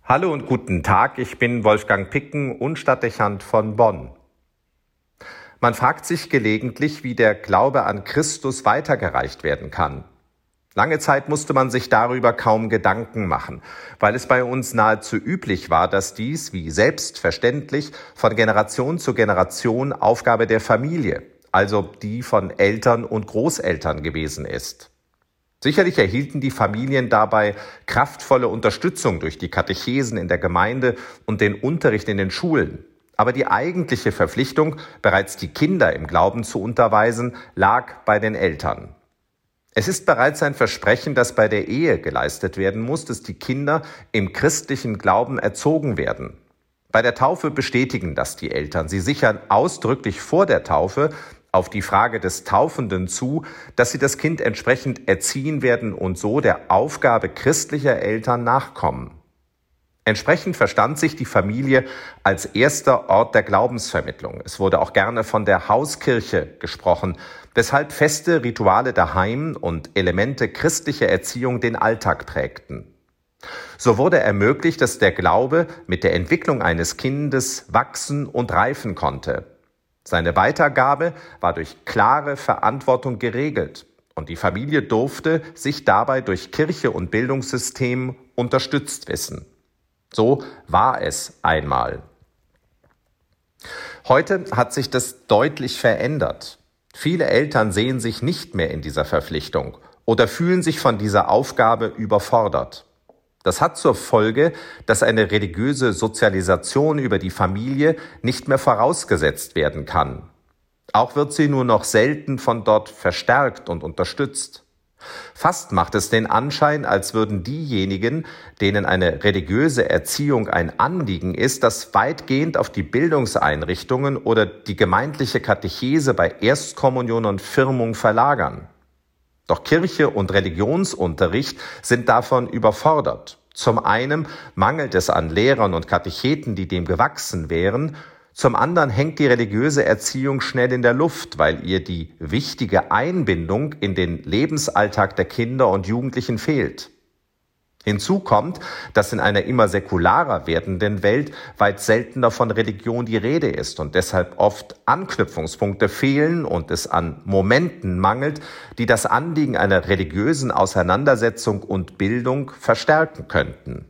Hallo und guten Tag, ich bin Wolfgang Picken und Stadtdechant von Bonn. Man fragt sich gelegentlich, wie der Glaube an Christus weitergereicht werden kann. Lange Zeit musste man sich darüber kaum Gedanken machen, weil es bei uns nahezu üblich war, dass dies, wie selbstverständlich, von Generation zu Generation Aufgabe der Familie, also die von Eltern und Großeltern gewesen ist. Sicherlich erhielten die Familien dabei kraftvolle Unterstützung durch die Katechesen in der Gemeinde und den Unterricht in den Schulen. Aber die eigentliche Verpflichtung, bereits die Kinder im Glauben zu unterweisen, lag bei den Eltern. Es ist bereits ein Versprechen, das bei der Ehe geleistet werden muss, dass die Kinder im christlichen Glauben erzogen werden. Bei der Taufe bestätigen das die Eltern. Sie sichern ausdrücklich vor der Taufe auf die Frage des Taufenden zu, dass sie das Kind entsprechend erziehen werden und so der Aufgabe christlicher Eltern nachkommen. Entsprechend verstand sich die Familie als erster Ort der Glaubensvermittlung. Es wurde auch gerne von der Hauskirche gesprochen, weshalb feste Rituale daheim und Elemente christlicher Erziehung den Alltag prägten. So wurde ermöglicht, dass der Glaube mit der Entwicklung eines Kindes wachsen und reifen konnte. Seine Weitergabe war durch klare Verantwortung geregelt und die Familie durfte sich dabei durch Kirche und Bildungssystem unterstützt wissen. So war es einmal. Heute hat sich das deutlich verändert. Viele Eltern sehen sich nicht mehr in dieser Verpflichtung oder fühlen sich von dieser Aufgabe überfordert. Das hat zur Folge, dass eine religiöse Sozialisation über die Familie nicht mehr vorausgesetzt werden kann. Auch wird sie nur noch selten von dort verstärkt und unterstützt. Fast macht es den Anschein, als würden diejenigen, denen eine religiöse Erziehung ein Anliegen ist, das weitgehend auf die Bildungseinrichtungen oder die gemeindliche Katechese bei Erstkommunion und Firmung verlagern. Doch Kirche und Religionsunterricht sind davon überfordert. Zum einen mangelt es an Lehrern und Katecheten, die dem gewachsen wären. Zum anderen hängt die religiöse Erziehung schnell in der Luft, weil ihr die wichtige Einbindung in den Lebensalltag der Kinder und Jugendlichen fehlt. Hinzu kommt, dass in einer immer säkularer werdenden Welt weit seltener von Religion die Rede ist und deshalb oft Anknüpfungspunkte fehlen und es an Momenten mangelt, die das Anliegen einer religiösen Auseinandersetzung und Bildung verstärken könnten.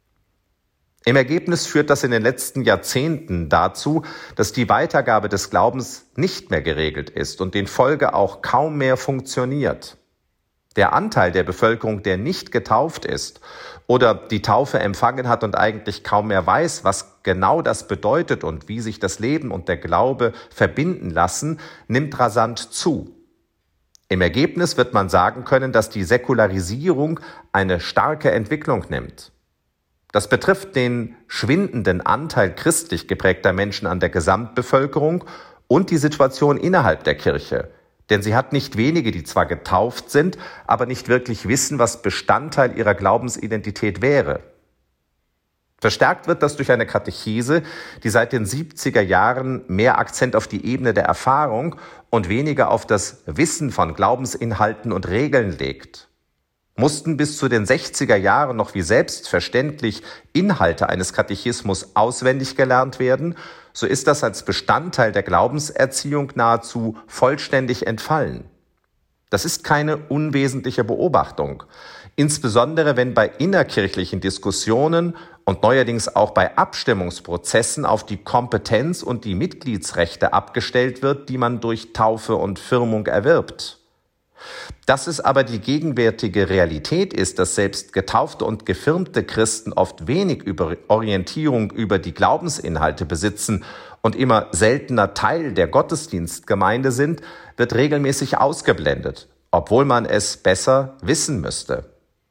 Im Ergebnis führt das in den letzten Jahrzehnten dazu, dass die Weitergabe des Glaubens nicht mehr geregelt ist und in Folge auch kaum mehr funktioniert. Der Anteil der Bevölkerung, der nicht getauft ist oder die Taufe empfangen hat und eigentlich kaum mehr weiß, was genau das bedeutet und wie sich das Leben und der Glaube verbinden lassen, nimmt rasant zu. Im Ergebnis wird man sagen können, dass die Säkularisierung eine starke Entwicklung nimmt. Das betrifft den schwindenden Anteil christlich geprägter Menschen an der Gesamtbevölkerung und die Situation innerhalb der Kirche. Denn sie hat nicht wenige, die zwar getauft sind, aber nicht wirklich wissen, was Bestandteil ihrer Glaubensidentität wäre. Verstärkt wird das durch eine Katechese, die seit den 70er Jahren mehr Akzent auf die Ebene der Erfahrung und weniger auf das Wissen von Glaubensinhalten und Regeln legt. Mussten bis zu den 60er Jahren noch wie selbstverständlich Inhalte eines Katechismus auswendig gelernt werden, so ist das als Bestandteil der Glaubenserziehung nahezu vollständig entfallen. Das ist keine unwesentliche Beobachtung, insbesondere wenn bei innerkirchlichen Diskussionen und neuerdings auch bei Abstimmungsprozessen auf die Kompetenz und die Mitgliedsrechte abgestellt wird, die man durch Taufe und Firmung erwirbt. Dass es aber die gegenwärtige Realität ist, dass selbst getaufte und gefirmte Christen oft wenig Orientierung über die Glaubensinhalte besitzen und immer seltener Teil der Gottesdienstgemeinde sind, wird regelmäßig ausgeblendet, obwohl man es besser wissen müsste.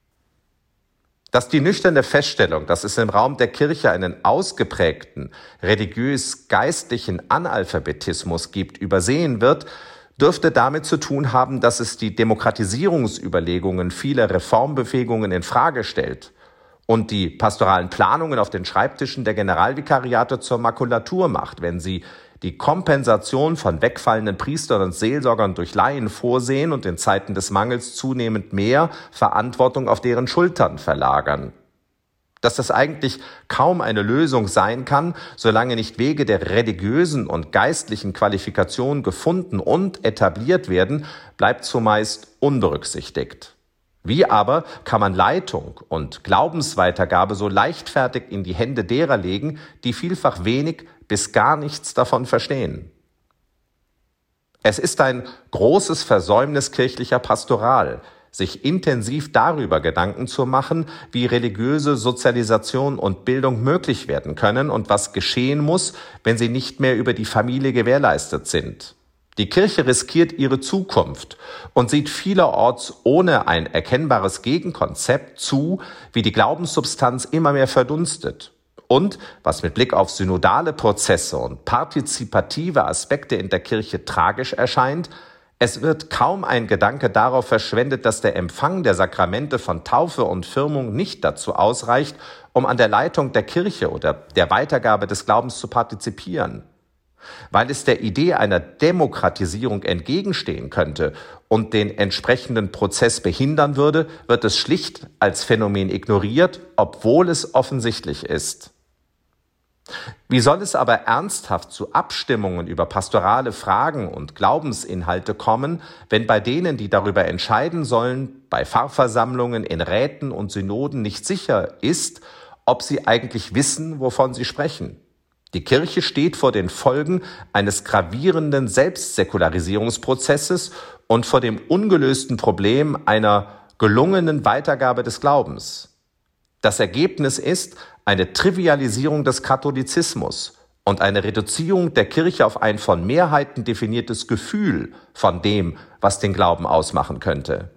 Dass die nüchterne Feststellung, dass es im Raum der Kirche einen ausgeprägten religiös-geistlichen Analphabetismus gibt, übersehen wird, dürfte damit zu tun haben, dass es die Demokratisierungsüberlegungen vieler Reformbewegungen in Frage stellt und die pastoralen Planungen auf den Schreibtischen der Generalvikariate zur Makulatur macht, wenn sie die Kompensation von wegfallenden Priestern und Seelsorgern durch Laien vorsehen und in Zeiten des Mangels zunehmend mehr Verantwortung auf deren Schultern verlagern. dass das eigentlich kaum eine Lösung sein kann, solange nicht Wege der religiösen und geistlichen Qualifikation gefunden und etabliert werden, bleibt zumeist unberücksichtigt. Wie aber kann man Leitung und Glaubensweitergabe so leichtfertig in die Hände derer legen, die vielfach wenig bis gar nichts davon verstehen? Es ist ein großes Versäumnis kirchlicher Pastoral, sich intensiv darüber Gedanken zu machen, wie religiöse Sozialisation und Bildung möglich werden können und was geschehen muss, wenn sie nicht mehr über die Familie gewährleistet sind. Die Kirche riskiert ihre Zukunft und sieht vielerorts ohne ein erkennbares Gegenkonzept zu, wie die Glaubenssubstanz immer mehr verdunstet. Und, was mit Blick auf synodale Prozesse und partizipative Aspekte in der Kirche tragisch erscheint, es wird kaum ein Gedanke darauf verschwendet, dass der Empfang der Sakramente von Taufe und Firmung nicht dazu ausreicht, um an der Leitung der Kirche oder der Weitergabe des Glaubens zu partizipieren. Weil es der Idee einer Demokratisierung entgegenstehen könnte und den entsprechenden Prozess behindern würde, wird es schlicht als Phänomen ignoriert, obwohl es offensichtlich ist. Wie soll es aber ernsthaft zu Abstimmungen über pastorale Fragen und Glaubensinhalte kommen, wenn bei denen, die darüber entscheiden sollen, bei Pfarrversammlungen, in Räten und Synoden nicht sicher ist, ob sie eigentlich wissen, wovon sie sprechen? Die Kirche steht vor den Folgen eines gravierenden Selbstsäkularisierungsprozesses und vor dem ungelösten Problem einer gelungenen Weitergabe des Glaubens. Das Ergebnis ist eine Trivialisierung des Katholizismus und eine Reduzierung der Kirche auf ein von Mehrheiten definiertes Gefühl von dem, was den Glauben ausmachen könnte.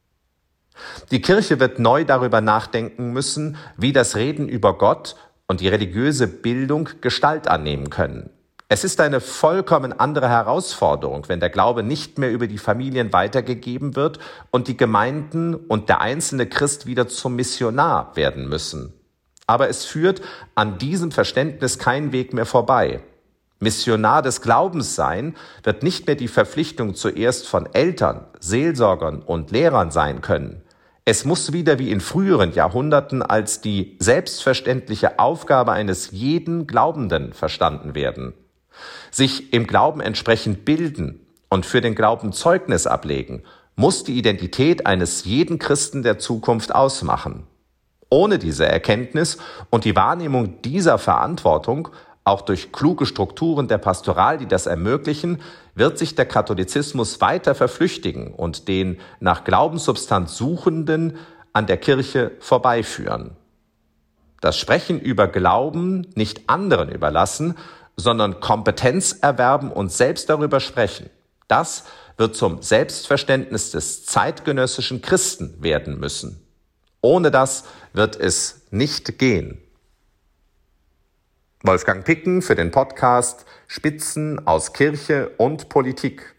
Die Kirche wird neu darüber nachdenken müssen, wie das Reden über Gott und die religiöse Bildung Gestalt annehmen können. Es ist eine vollkommen andere Herausforderung, wenn der Glaube nicht mehr über die Familien weitergegeben wird und die Gemeinden und der einzelne Christ wieder zum Missionar werden müssen. Aber es führt an diesem Verständnis kein Weg mehr vorbei. Missionar des Glaubens sein wird nicht mehr die Verpflichtung zuerst von Eltern, Seelsorgern und Lehrern sein können. Es muss wieder wie in früheren Jahrhunderten als die selbstverständliche Aufgabe eines jeden Glaubenden verstanden werden. Sich im Glauben entsprechend bilden und für den Glauben Zeugnis ablegen, muss die Identität eines jeden Christen der Zukunft ausmachen. Ohne diese Erkenntnis und die Wahrnehmung dieser Verantwortung, auch durch kluge Strukturen der Pastoral, die das ermöglichen, wird sich der Katholizismus weiter verflüchtigen und den nach Glaubenssubstanz Suchenden an der Kirche vorbeiführen. Das Sprechen über Glauben nicht anderen überlassen, sondern Kompetenz erwerben und selbst darüber sprechen, das wird zum Selbstverständnis des zeitgenössischen Christen werden müssen. Ohne das wird es nicht gehen. Wolfgang Picken für den Podcast Spitzen aus Kirche und Politik.